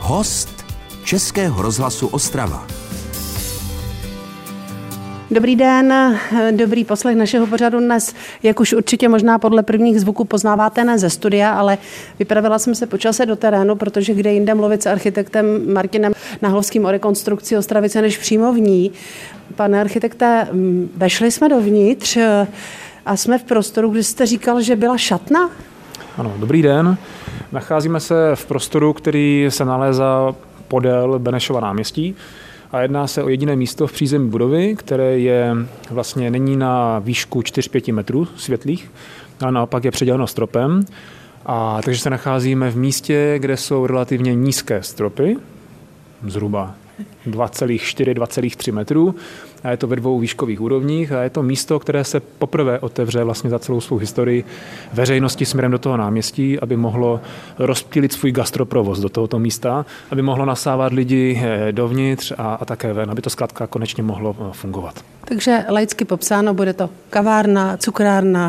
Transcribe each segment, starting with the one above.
Host Českého rozhlasu Ostrava. Dobrý den, dobrý poslech našeho pořadu dnes. Jak už určitě možná podle prvních zvuků poznáváte, ne ze studia, ale vypravila jsem se po čase do terénu, protože kde jinde mluvit s architektem Martinem Nahlovským o rekonstrukci Ostravice než přímo v ní. Pane architekte, vešli jsme dovnitř a jsme v prostoru, kde jste říkal, že byla šatna? Ano, dobrý den. Nacházíme se v prostoru, který se nalézá podél Benešova náměstí. A jedná se o jediné místo v přízemí budovy, které vlastně není na výšku 4-5 metrů světlých, ale naopak je předěleno stropem. Takže se nacházíme v místě, kde jsou relativně nízké stropy, zhruba 2,4-2,3 metrů. A je to ve 2 výškových úrovních a je to místo, které se poprvé otevře vlastně za celou svou historii veřejnosti směrem do toho náměstí, aby mohlo rozptýlit svůj gastroprovoz do tohoto místa, aby mohlo nasávat lidi dovnitř a také ven, aby to zkrátka konečně mohlo fungovat. Takže laicky popsáno, bude to kavárna, cukrárna?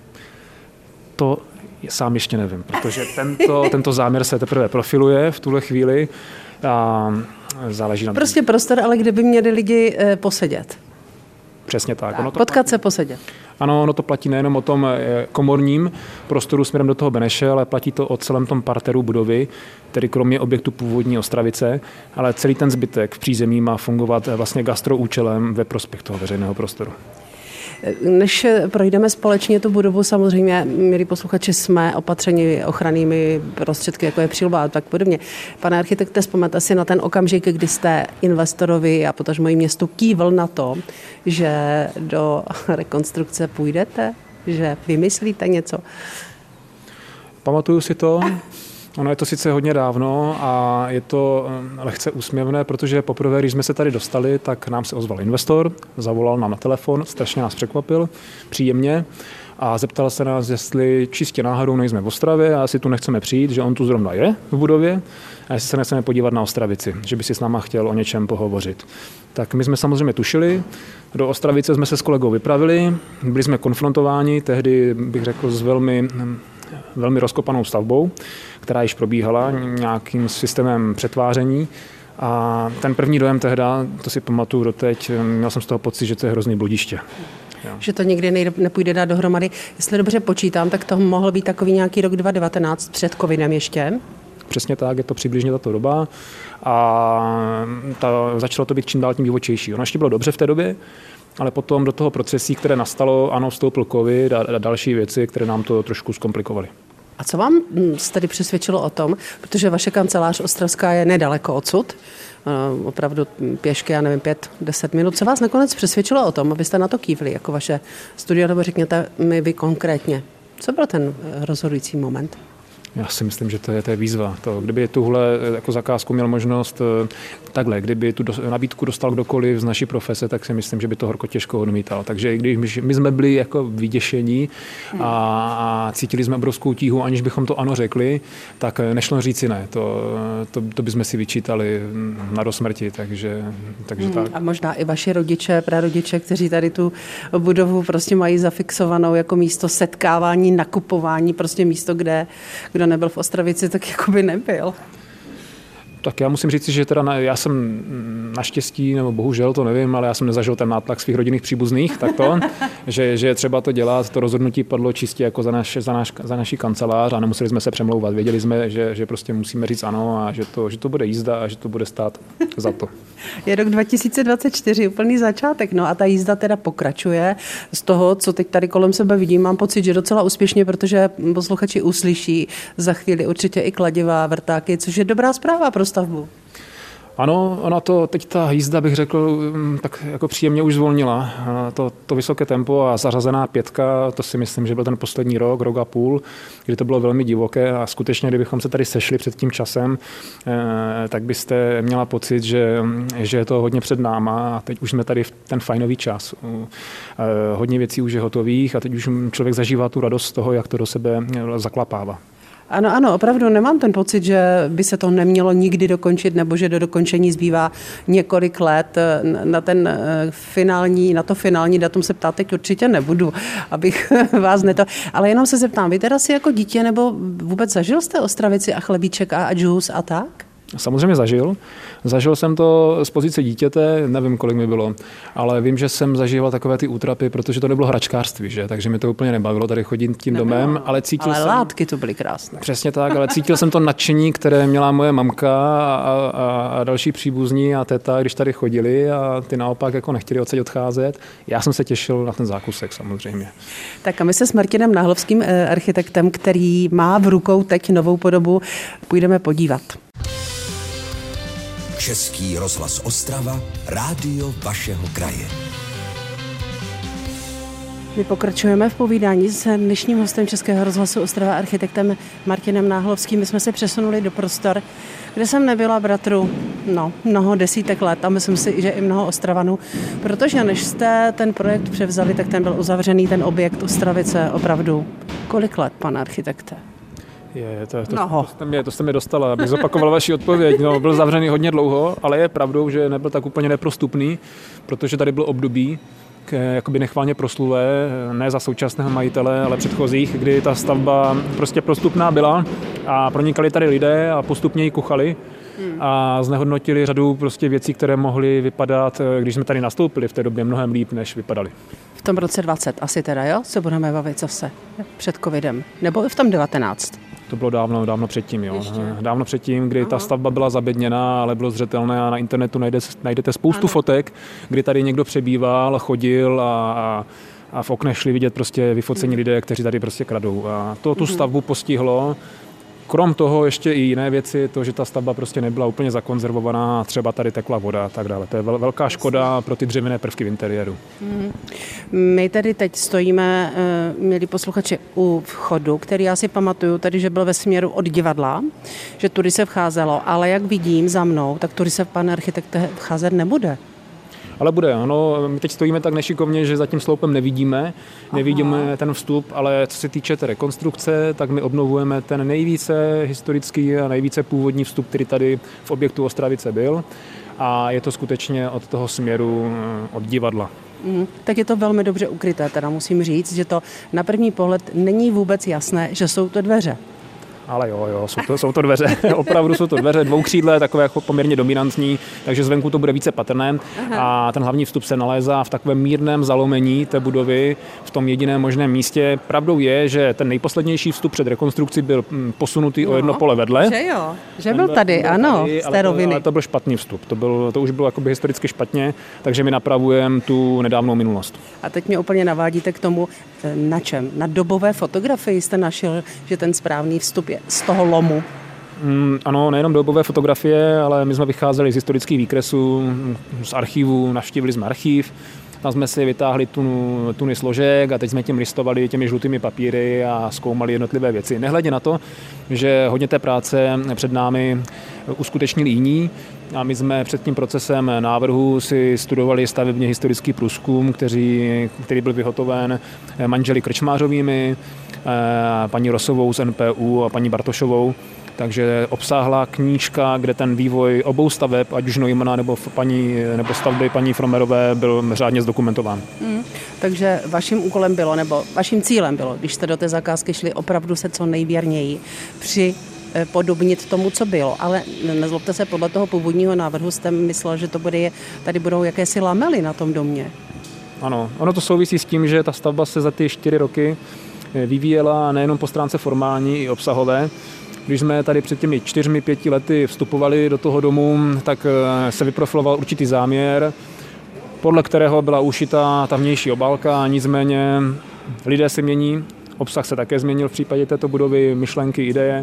To sám ještě nevím, protože tento záměr se teprve profiluje v tuhle chvíli a záleží na tom. Prostě prostor, ale kde by měli lidi posedět. Přesně tak. Potkat se, posedět. Ano, ono to platí nejenom o tom komorním prostoru směrem do toho Beneše, ale platí to o celém tom parteru budovy, tedy kromě objektu původní Ostravice, ale celý ten zbytek v přízemí má fungovat vlastně gastroúčelem ve prospěch toho veřejného prostoru. Než projdeme společně tu budovu, samozřejmě, milí posluchači, jsme opatřeni ochrannými prostředky, jako je přílba a tak podobně. Pane architekte, vzpomeňte si na ten okamžik, kdy jste investorovi a potažmo i městu kývl na to, že do rekonstrukce půjdete, že vymyslíte něco? Pamatuju si to. Ono je to sice hodně dávno a je to lehce úsměvné, protože poprvé, když jsme se tady dostali, tak nám se ozval investor, zavolal nám na telefon, strašně nás překvapil, příjemně a zeptal se nás, jestli čistě náhodou nejsme v Ostravě a jestli tu nechceme přijít, že on tu zrovna je v budově a jestli se nechceme podívat na Ostravici, že by si s náma chtěl o něčem pohovořit. Tak my jsme samozřejmě tušili, do Ostravice jsme se s kolegou vypravili, byli jsme konfrontováni, tehdy bych řekl s velmi rozkopanou stavbou, která již probíhala nějakým systémem přetváření. A ten první dojem tehda, to si pamatuju doteď, měl jsem z toho pocit, že to je hrozný bludiště. Že to nikdy nepůjde dát dohromady. Jestli dobře počítám, tak to mohl být takový nějaký rok 2019 před covidem ještě. Přesně tak, je to přibližně tato doba a začalo to být čím dál tím divočejší. Ono ještě bylo dobře v té době, ale potom do toho procesí, které nastalo, ano, vstoupil covid a další věci, které nám to trošku zkomplikovaly. A co vám tedy přesvědčilo o tom, protože vaše kancelář ostravská je nedaleko odsud, opravdu pěšky, já nevím, 5-10 minut, co vás nakonec přesvědčilo o tom, abyste na to kývli, jako vaše studio, nebo řekněte mi vy konkrétně. Co byl ten rozhodující moment? Já si myslím, že to je výzva. Kdyby tuhle jako zakázku měl možnost takhle, kdyby tu nabídku dostal kdokoliv z naší profese, tak si myslím, že by to horko těžko odmítal. Takže i když my jsme byli jako vyděšení a cítili jsme obrovskou tíhu, aniž bychom to ano řekli, tak nešlo říci ne. To bychom si vyčítali na do smrti, takže tak. A možná i vaši rodiče, prarodiče, kteří tady tu budovu prostě mají zafixovanou jako místo setkávání, nakupování, prostě místo, kde kdo nebyl v Ostravici, tak jako by nebyl. Tak já musím říct, že já jsem naštěstí, nebo bohužel to nevím, ale já jsem nezažil ten nátlak svých rodinných příbuzných, tak to, že je třeba to dělat, to rozhodnutí padlo čistě jako za naší kancelář a nemuseli jsme se přemlouvat. Věděli jsme, že prostě musíme říct ano a že to bude jízda a že to bude stát za to. Je rok 2024, úplný začátek, no a ta jízda teda pokračuje. Z toho, co teď tady kolem sebe vidím, mám pocit, že docela úspěšně, protože posluchači uslyší za chvíli určitě i kladiva, vrtáky, což je dobrá zpráva pro stavbu. Ano, ona to teď ta jízda, bych řekl, tak jako příjemně už zvolnila. To vysoké tempo a zařazená 5, to si myslím, že byl ten poslední rok a půl, kdy to bylo velmi divoké a skutečně, kdybychom se tady sešli před tím časem, tak byste měla pocit, že je to hodně před náma a teď už jsme tady v ten fajnový čas. Hodně věcí už je hotových a teď už člověk zažívá tu radost z toho, jak to do sebe zaklapává. Ano, opravdu nemám ten pocit, že by se to nemělo nikdy dokončit, nebo že do dokončení zbývá několik let. Na to finální datum se ptát teď určitě nebudu, abych vás ale jenom se zeptám, vy teda si jako dítě nebo vůbec zažil jste Ostravici a chlebíček a džus a tak? Samozřejmě zažil. Zažil jsem to z pozice dítěte, nevím, kolik mi bylo, ale vím, že jsem zažíval takové ty útrapy, protože to nebylo hračkářství, že? Takže mi to úplně nebavilo tady chodit tím domem, ale cítil jsem... látky to byly krásné. Přesně tak, ale cítil jsem to nadšení, které měla moje mamka a další příbuzní a teta, když tady chodili a ty naopak jako nechtěli odsaď odcházet. Já jsem se těšil na ten zákusek samozřejmě. Tak a my se s Martinem Náhlovským, architektem, který má v rukou teď novou podobu, půjdeme podívat. Český rozhlas Ostrava, rádio vašeho kraje. My pokračujeme v povídání s dnešním hostem Českého rozhlasu Ostrava, architektem Martinem Náhlovským. My jsme se přesunuli do prostor, kde jsem nebyla, bratru, mnoho desítek let a myslím si, že i mnoho Ostravanů, protože než jste ten projekt převzali, tak ten byl uzavřený, ten objekt Ostravice opravdu. Kolik let, pane architekte? To jste mě dostala, abych zopakoval vaši odpověď. No, byl zavřený hodně dlouho, ale je pravdou, že nebyl tak úplně neprostupný, protože tady byl období, jakoby nechvalně proslulé, ne za současného majitele, ale předchozích, kdy ta stavba prostě prostupná byla a pronikali tady lidé a postupně ji kuchali a znehodnotili řadu prostě věcí, které mohly vypadat, když jsme tady nastoupili v té době mnohem líp, než vypadaly. V tom roce 20 asi teda, jo? Se budeme bavit zase před covidem. Nebo v tom 19? To bylo dávno předtím, jo. Dávno předtím, kdy ta stavba byla zabedněná, ale bylo zřetelné a na internetu najdete spoustu fotek, kdy tady někdo přebýval, chodil a v oknech šli vidět prostě vyfocení lidé, kteří tady prostě kradou. A to tu stavbu postihlo. Krom toho ještě i jiné věci, to, že ta stavba prostě nebyla úplně zakonzervovaná, třeba tady tekla voda a tak dále. To je velká škoda pro ty dřevěné prvky v interiéru. My tady teď stojíme, milí posluchači, u vchodu, který já si pamatuju, tady, že byl ve směru od divadla, že tudy se vcházelo, ale jak vidím za mnou, tak tudy se, pane architekte, vcházet nebude. Ale bude, ano. My teď stojíme tak nešikovně, že za tím sloupem nevidíme ten vstup, ale co se týče té rekonstrukce, tak my obnovujeme ten nejvíce historický a nejvíce původní vstup, který tady v objektu Ostravice byl. A je to skutečně od toho směru od divadla. Tak je to velmi dobře ukryté, teda musím říct, že to na první pohled není vůbec jasné, že jsou to dveře. Ale jo, jsou to dveře, opravdu jsou to dveře, dvoukřídlé, takové jako poměrně dominantní, takže zvenku to bude více patrné. A ten hlavní vstup se nalézá v takovém mírném zalomení té budovy, v tom jediném možném místě. Pravdou je, že ten nejposlednější vstup před rekonstrukcí byl posunutý o jedno pole vedle. Že jo, že byl tady, ano, z té roviny. Ale to byl špatný vstup, to už bylo jakoby historicky špatně, takže my napravujeme tu nedávnou minulost. A teď mě úplně navádíte k tomu, na čem? Na dobové fotografii jste našel, že ten správný vstup je z toho lomu? Ano, nejenom dobové fotografie, ale my jsme vycházeli z historických výkresů, z archivu, navštívili jsme archiv, tam jsme si vytáhli tuny složek a teď jsme tím listovali těmi žlutými papíry a zkoumali jednotlivé věci. Nehledě na to, že hodně té práce před námi uskutečnili jiní a my jsme před tím procesem návrhu si studovali stavebně historický průzkum, který byl vyhotoven manželi Krčmářovými, paní Rosovou z NPU a paní Bartošovou. Takže obsáhlá knížka, kde ten vývoj obou staveb, ať už Neumanna nebo stavby paní Fromerové, byl řádně zdokumentován. Takže vaším úkolem bylo, nebo vaším cílem bylo, když jste do té zakázky šli, opravdu se co nejvěrněji připodobnit tomu, co bylo. Ale nezlobte se, podle toho původního návrhu jste myslel, že tady budou jakési lamely na tom domě. Ano, ono to souvisí s tím, že ta stavba se za ty 4 roky vyvíjela nejenom po stránce formální i obsahové. Když jsme tady před těmi 4-5 lety vstupovali do toho domu, tak se vyprofiloval určitý záměr, podle kterého byla ušita ta vnější obálka, nicméně lidé se mění, obsah se také změnil v případě této budovy, myšlenky, ideje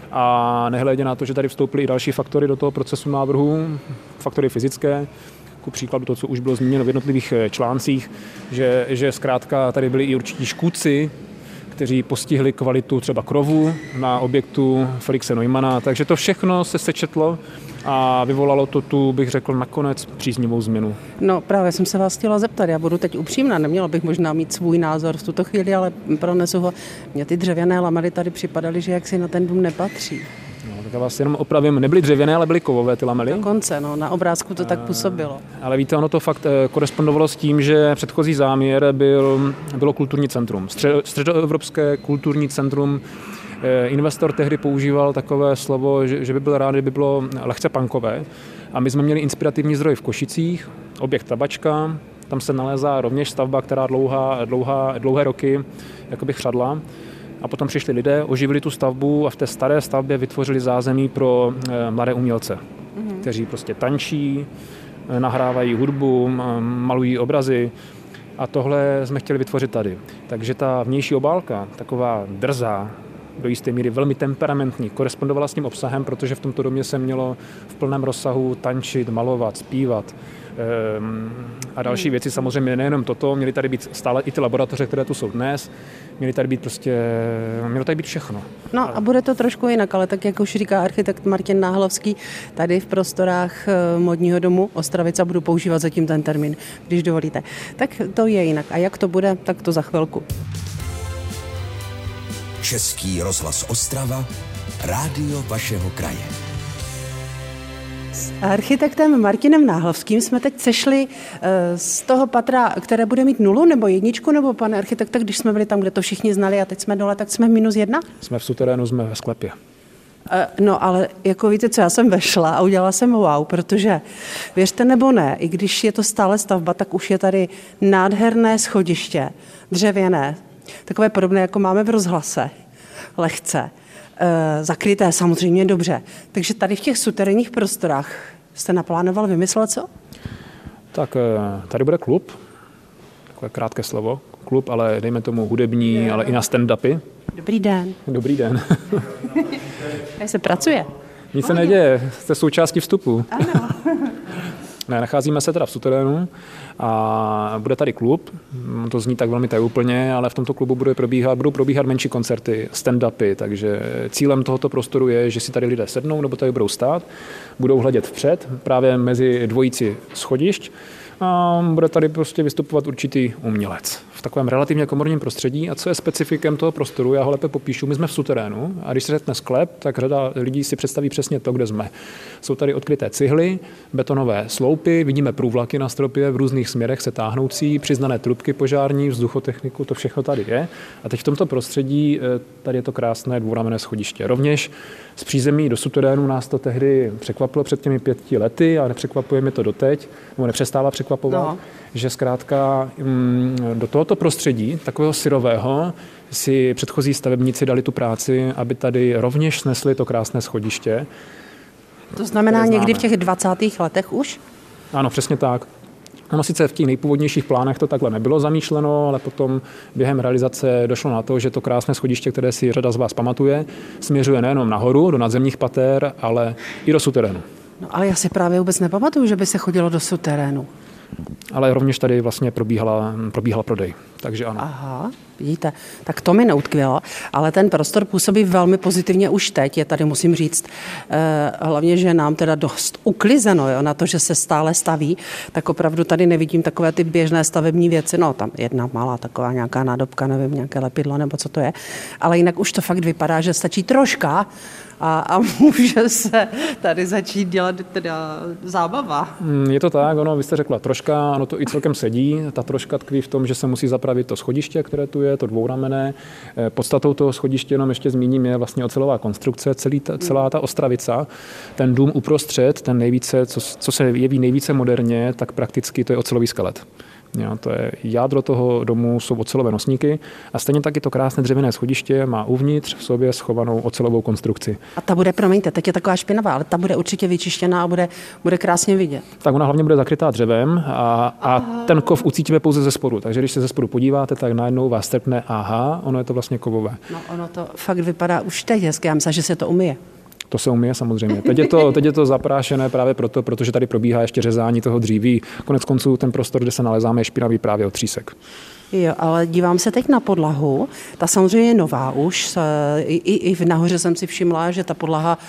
a nehledě na to, že tady vstoupily i další faktory do toho procesu návrhu, faktory fyzické, ku příkladu to, co už bylo zmíněno v jednotlivých článcích, že zkrátka tady byli i určití škůdci, kteří postihli kvalitu třeba krovu na objektu Felixe Neumanna. Takže to všechno se sečetlo a vyvolalo to tu, bych řekl, nakonec příznivou změnu. No právě jsem se vás chtěla zeptat, já budu teď upřímná, neměla bych možná mít svůj názor v tuto chvíli, ale pronesu ho. Mně ty dřevěné lamely tady připadaly, že jaksi na ten dům nepatří. No, tak já vás jenom opravím, nebyly dřevěné, ale byly kovové ty lamely. Dokonce, no, na obrázku to tak působilo. Ale víte, ono to fakt korespondovalo s tím, že předchozí záměr bylo kulturní centrum. Středoevropské kulturní centrum Investor tehdy používal takové slovo, že by byl rád, kdyby bylo lehce punkové. A my jsme měli inspirativní zdroj v Košicích, objekt Tabačka, tam se nalézá rovněž stavba, která dlouhé roky jakoby chřadla. A potom přišli lidé, oživili tu stavbu a v té staré stavbě vytvořili zázemí pro mladé umělce, kteří prostě tančí, nahrávají hudbu, malují obrazy. A tohle jsme chtěli vytvořit tady. Takže ta vnější obálka, taková drzá, do jisté míry velmi temperamentní, korespondovala s tím obsahem, protože v tomto domě se mělo v plném rozsahu tančit, malovat, zpívat a další věci. Samozřejmě nejenom toto, měly tady být stále i ty laboratoře, které tu jsou dnes, mělo tady být všechno. No a bude to trošku jinak, ale tak, jak už říká architekt Martin Náhlovský, tady v prostorách Modního domu Ostravica budu používat zatím ten termín, když dovolíte. Tak to je jinak. A jak to bude, tak to za chvilku. Český rozhlas Ostrava, rádio vašeho kraje. S architektem Martinem Náhlovským jsme teď sešli z toho patra, které bude mít 0 nebo 1, nebo pane architekte, když jsme byli tam, kde to všichni znali a teď jsme dole, tak jsme -1? Jsme v suterénu, jsme ve sklepě. No ale jako víte co, já jsem vešla a udělala jsem wow, protože věřte nebo ne, i když je to stále stavba, tak už je tady nádherné schodiště, dřevěné, takové podobné, jako máme v rozhlase, lehce, zakryté samozřejmě dobře. Takže tady v těch suterénních prostorách jste naplánoval, vymyslel co? Tak tady bude klub, takové krátké slovo, klub, ale dejme tomu hudební, ale i na stand-upy. Dobrý den. Dobrý den. Tady se pracuje. Nic se neděje, jste součástí vstupu. Ano. Ne, nacházíme se teda v suterénu a bude tady klub, to zní tak velmi tajúplně, ale v tomto klubu budou probíhat menší koncerty, stand-upy, takže cílem tohoto prostoru je, že si tady lidé sednou nebo tady budou stát, budou hledět vpřed, právě mezi dvojici schodišť a bude tady prostě vystupovat určitý umělec v takovém relativně komorním prostředí. A co je specifikem toho prostoru, já ho lépe popíšu. My jsme v suterénu a když se řekne sklep, tak řada lidí si představí přesně to, kde jsme. Jsou tady odkryté cihly, betonové sloupy, vidíme průvlaky na stropě v různých směrech se táhnoucí, přiznané trubky požární, vzduchotechniku, to všechno tady je. A teď v tomto prostředí tady je to krásné dvouramenné schodiště. Rovněž z přízemí do suterénu nás to tehdy překvapilo před těmi 5 lety a nepřekvapuje mě to doteď, nebo nepřestává překvapovat, že zkrátka do tohoto prostředí, takového syrového, si předchozí stavebníci dali tu práci, aby tady rovněž snesli to krásné schodiště. To znamená někdy v těch 20. letech už? Ano, přesně tak. Ono sice v těch nejpůvodnějších plánech to takhle nebylo zamýšleno, ale potom během realizace došlo na to, že to krásné schodiště, které si řada z vás pamatuje, směřuje nejenom nahoru, do nadzemních pater, ale i do suterénu. No ale já si právě vůbec nepamatuju, že by se chodilo do suterénu. Ale rovněž tady vlastně probíhal prodej, takže ano. Aha, vidíte, tak to mi neutkvělo, ale ten prostor působí velmi pozitivně už teď, je tady musím říct, hlavně, že nám teda dost uklizeno, jo, na to, že se stále staví, tak opravdu tady nevidím takové ty běžné stavební věci, no tam jedna malá taková nějaká nádobka, nevím, nějaké lepidlo nebo co to je, ale jinak už to fakt vypadá, že stačí troška a může se tady začít dělat teda zábava. Je to tak, vy jste řekla troška, ono to i celkem sedí. Ta troška tkví v tom, že se musí zapravit to schodiště, které tu je, to dvouramené. Podstatou toho schodiště, jenom ještě zmíním, je vlastně ocelová konstrukce, celá ta Ostravica. Ten dům uprostřed, ten nejvíce, co se jeví nejvíce moderně, tak prakticky to je ocelový skelet. Jo, to je jádro toho domu, jsou ocelové nosníky a stejně taky to krásné dřevěné schodiště má uvnitř v sobě schovanou ocelovou konstrukci. A ta bude, promiňte, teď je taková špinavá, ale ta bude určitě vyčištěná a bude krásně vidět. Tak ona hlavně bude zakrytá dřevem a ten kov ucítíme pouze ze spodu. Takže když se ze spodu podíváte, tak najednou vás trpne, ono je to vlastně kovové. No ono to fakt vypadá už teď hezky, já myslím, že se to umyje. To se umije samozřejmě. Teď je to zaprášené právě proto, protože tady probíhá ještě řezání toho dříví. Konec konců ten prostor, kde se nalezáme, je špinavý právě od třísek. Jo, ale dívám se teď na podlahu. Ta samozřejmě je nová už. I nahoře jsem si všimla, že ta podlaha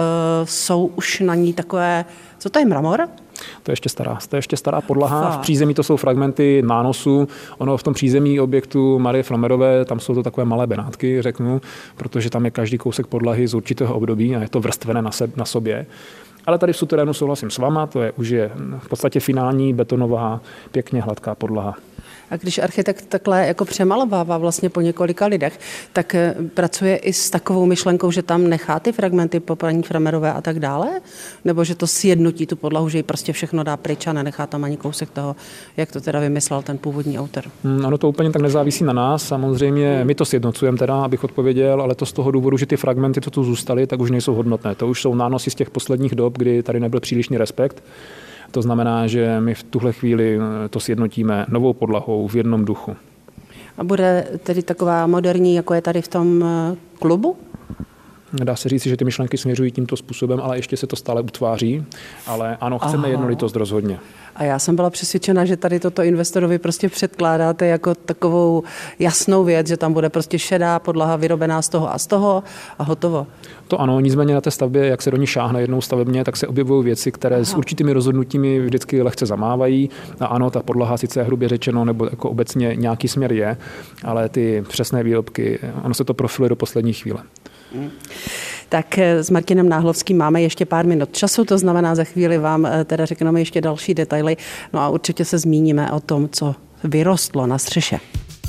jsou už na ní takové, co to je, mramor? To je ještě stará podlaha. V přízemí to jsou fragmenty nánosu. Ono v tom přízemí objektu Marie Fromerové, tam jsou to takové malé benátky, řeknu, protože tam je každý kousek podlahy z určitého období a je to vrstvené na sobě. Ale tady v suterénu souhlasím s váma, to je už v podstatě finální betonová, pěkně hladká podlaha. A když architekt takhle jako přemalovává vlastně po několika lidech, tak pracuje i s takovou myšlenkou, že tam nechá ty fragmenty po paní Framerové a tak dále? Nebo že to sjednotí tu podlahu, že ji prostě všechno dá pryč a nenechá tam ani kousek toho, jak to teda vymyslel ten původní autor? Ono to úplně tak nezávisí na nás. Samozřejmě my to sjednocujeme teda, abych odpověděl, ale to z toho důvodu, že ty fragmenty, co tu zůstaly, tak už nejsou hodnotné. To už jsou nánosy z těch posledních dob, kdy tady nebyl přílišný respekt. To znamená, že my v tuhle chvíli to sjednotíme novou podlahou v jednom duchu. A bude tedy taková moderní, jako je tady v tom klubu? Dá se říct, že ty myšlenky směřují tímto způsobem, ale ještě se to stále utváří. Ale ano, chceme jednolitost rozhodně. A já jsem byla přesvědčena, že tady toto investorovi prostě předkládáte jako takovou jasnou věc, že tam bude prostě šedá podlaha vyrobená z toho a hotovo. To ano, nicméně na té stavbě, jak se do ní šáhne jednou stavebně, tak se objevují věci, které s určitými rozhodnutími vždycky lehce zamávají. A ano, ta podlaha sice hrubě řečeno, nebo jako obecně nějaký směr je, ale ty přesné výrobky, ono se to profiluje do poslední chvíle. Tak s Martinem Náhlovským máme ještě pár minut času, to znamená, za chvíli vám teda řekneme ještě další detaily, no a určitě se zmíníme o tom, co vyrostlo na střeše.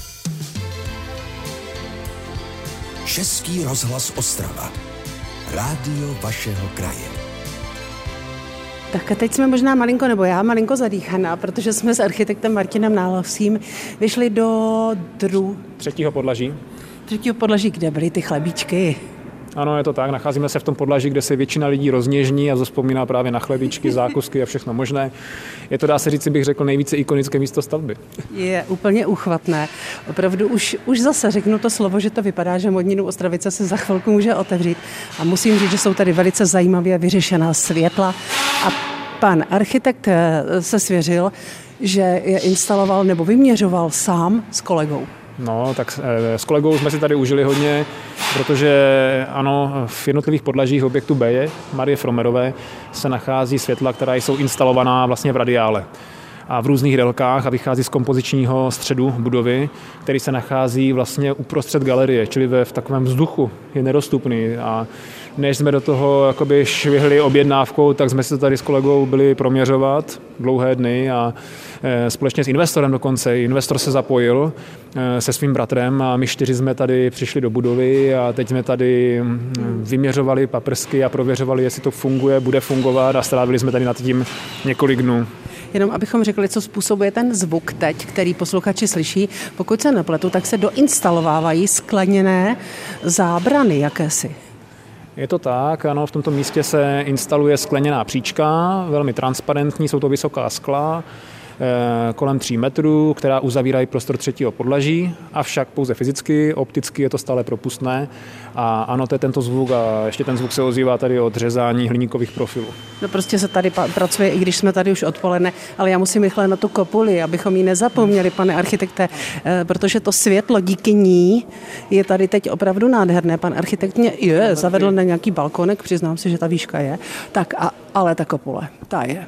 Český rozhlas Ostrava. Rádio vašeho kraje. Tak a teď jsme možná malinko zadýchaná, protože jsme s architektem Martinem Náhlovským vyšli do třetího podlaží. Kde byly ty chlebíčky? Ano, je to tak. Nacházíme se v tom podlaží, kde se většina lidí rozněžní a zavzpomíná právě na chlebíčky, zákusky a všechno možné. Je to, dá se říct, bych řekl, nejvíce ikonické místo stavby. Je úplně úchvatné. Opravdu už zase řeknu to slovo, že to vypadá, že Modninu Ostravice se za chvilku může otevřít. A musím říct, že jsou tady velice zajímavě vyřešená světla. A pan architekt se svěřil, že je instaloval nebo vyměřoval sám s kolegou. No, tak s kolegou jsme si tady užili hodně, protože ano, v jednotlivých podlažích objektu B Marie Fromerové se nachází světla, která jsou instalovaná vlastně v radiále a v různých délkách a vychází z kompozičního středu budovy, který se nachází vlastně uprostřed galerie, čili v takovém vzduchu, je nedostupný. A než jsme do toho jakoby švihli objednávkou, tak jsme se tady s kolegou byli proměřovat dlouhé dny a společně s investorem dokonce. Investor se zapojil se svým bratrem a my 4 jsme tady přišli do budovy a teď jsme tady vyměřovali paprsky a prověřovali, jestli to funguje, bude fungovat a strávili jsme tady nad tím několik dnů. Jenom abychom řekli, co způsobuje ten zvuk teď, který posluchači slyší. Pokud se nepletu, tak se doinstalovávají skleněné zábrany jakési. Je to tak, ano, v tomto místě se instaluje skleněná příčka, velmi transparentní, jsou to vysoká skla, kolem 3 metrů, která uzavírají prostor třetího podlaží, avšak pouze fyzicky, opticky je to stále propustné. A ano, to je tento zvuk a ještě ten zvuk se ozývá tady od řezání hliníkových profilů. No prostě se tady pracuje, i když jsme tady už odpoledne, ale já musím rychle na tu kopuli, abychom ji nezapomněli, pane architekte, protože to světlo díky ní je tady teď opravdu nádherné. Pan architekt mě zavedl na nějaký balkonek, přiznám si, že ta výška je. Tak ale ta kopule, ta je.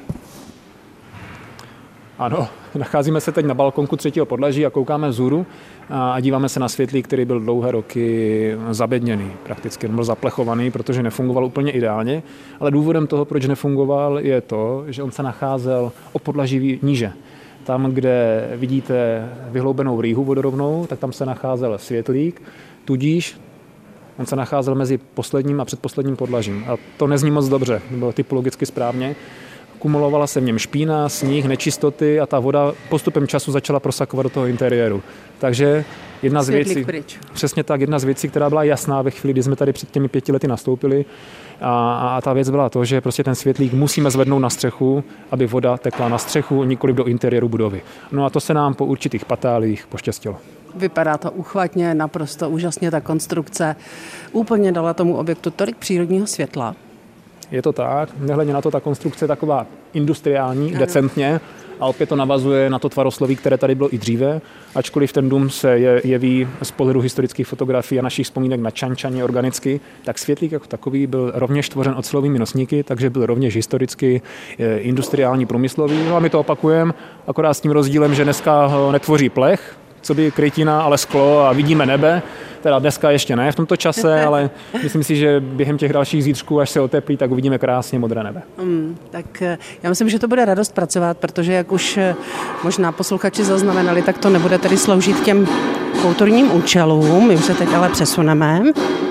Ano, nacházíme se teď na balkonku třetího podlaží a koukáme vzhůru a díváme se na světlík, který byl dlouhé roky zabedněný, prakticky byl zaplechovaný, protože nefungoval úplně ideálně, ale důvodem toho, proč nefungoval, je to, že on se nacházel o podlaží níže. Tam, kde vidíte vyhloubenou rýhu vodorovnou, tak tam se nacházel světlík, tudíž on se nacházel mezi posledním a předposledním podlažím. A to nezní moc dobře, bylo typologicky správně. Kumulovala se v něm špína, sníh, nečistoty a ta voda postupem času začala prosakovat do toho interiéru. Takže jedna z věcí, přesně tak, jedna z věcí, která byla jasná ve chvíli, kdy jsme tady před těmi 5 lety nastoupili, a ta věc byla to, že prostě ten světlík musíme zvednout na střechu, aby voda tekla na střechu, nikoliv do interiéru budovy. No a to se nám po určitých patálích poštěstilo. Vypadá to úchvatně, naprosto úžasně ta konstrukce. Úplně dala tomu objektu tolik přírodního světla. Je to tak, nehledě na to, ta konstrukce je taková industriální, decentně a opět to navazuje na to tvarosloví, které tady bylo i dříve, ačkoliv ten dům se jeví z pohledu historických fotografií a našich vzpomínek na Čančaně organicky, tak světlík jako takový byl rovněž tvořen ocelovými nosníky, takže byl rovněž historicky industriální průmyslový. No a my to opakujeme, akorát s tím rozdílem, že dneska ho netvoří plech, co by krytina, ale sklo a vidíme nebe, Teda dneska ještě ne v tomto čase, ale myslím si, že během těch dalších zítřků, až se oteplí, tak uvidíme krásně modré nebe. Tak já myslím, že to bude radost pracovat, protože jak už možná posluchači zaznamenali, tak to nebude tedy sloužit těm kulturním účelům. My už se teď ale přesuneme.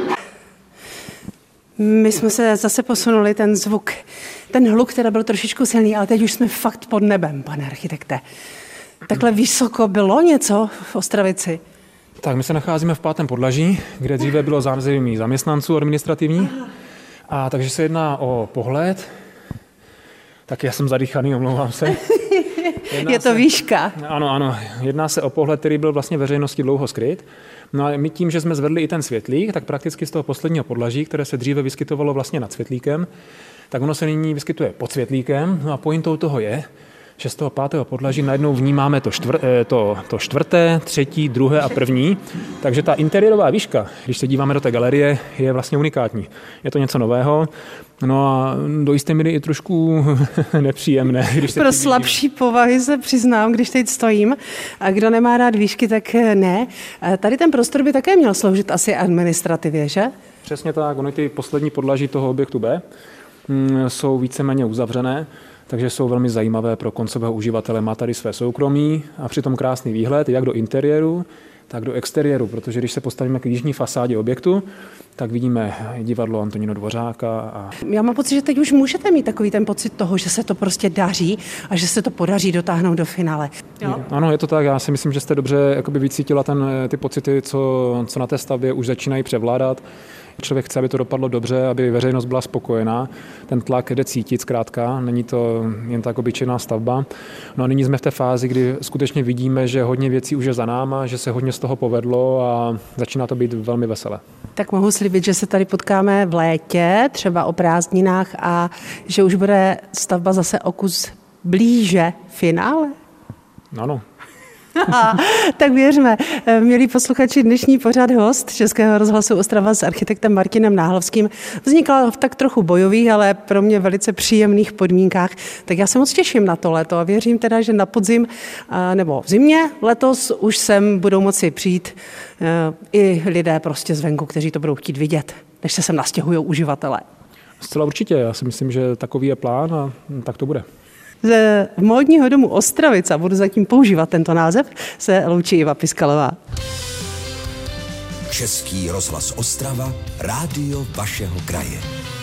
My jsme se zase posunuli, ten zvuk, ten hluk, který byl trošičku silný, ale teď už jsme fakt pod nebem, pane architekte. Takhle vysoko bylo něco v Ostravici? Tak my se nacházíme v 5. podlaží, kde dříve bylo zázemí zaměstnanců administrativní. A takže se jedná o pohled. Tak já jsem zadýchaný, omlouvám se. Je to výška. Ano. Jedná se o pohled, který byl vlastně veřejnosti dlouho skryt. No a my tím, že jsme zvedli i ten světlík, tak prakticky z toho posledního podlaží, které se dříve vyskytovalo vlastně nad světlíkem, tak ono se nyní vyskytuje pod světlíkem. No a pointou toho je, že z toho 5. podlaží najednou vnímáme to 4., 3., 2. a 1. Takže ta interiérová výška, když se díváme do té galerie, je vlastně unikátní. Je to něco nového. No a do jisté míry i trošku nepříjemné. Když Pro slabší povahy se přiznám, když teď stojím. A kdo nemá rád výšky, tak ne. Tady ten prostor by také měl sloužit asi administrativě, že? Přesně tak. Ony ty poslední podlaží toho objektu B jsou víceméně uzavřené, takže jsou velmi zajímavé pro koncového uživatele. Má tady své soukromí a přitom krásný výhled jak do interiéru, tak do exteriéru, protože když se postavíme k jižní fasádě objektu, tak vidíme divadlo Antonína Dvořáka. Já mám pocit, že teď už můžete mít takový ten pocit toho, že se to prostě daří a že se to podaří dotáhnout do finále. Jo? Ano, je to tak. Já si myslím, že jste dobře vycítila ty pocity, co na té stavbě už začínají převládat. Člověk chce, aby to dopadlo dobře, aby veřejnost byla spokojená. Ten tlak jde cítit zkrátka, není to jen tak obyčejná stavba. No a nyní jsme v té fázi, kdy skutečně vidíme, že hodně věcí už je za náma, že se hodně z toho povedlo a začíná to být velmi veselé. Tak mohu slíbit, že se tady potkáme v létě, třeba o prázdninách a že už bude stavba zase o kus blíže finále? Ano. Tak věřme. Milí posluchači, dnešní pořad host Českého rozhlasu Ostrava s architektem Martinem Náhlovským vznikla v tak trochu bojových, ale pro mě velice příjemných podmínkách. Tak já se moc těším na to léto a věřím teda, že na podzim nebo v zimě letos už sem budou moci přijít i lidé prostě zvenku, kteří to budou chtít vidět, než se sem nastěhují uživatelé. Zcela určitě. Já si myslím, že takový je plán a tak to bude. Z módního domu Ostravica, budu zatím používat tento název, se loučí Iva Piskalová. Český rozhlas Ostrava, rádio vašeho kraje.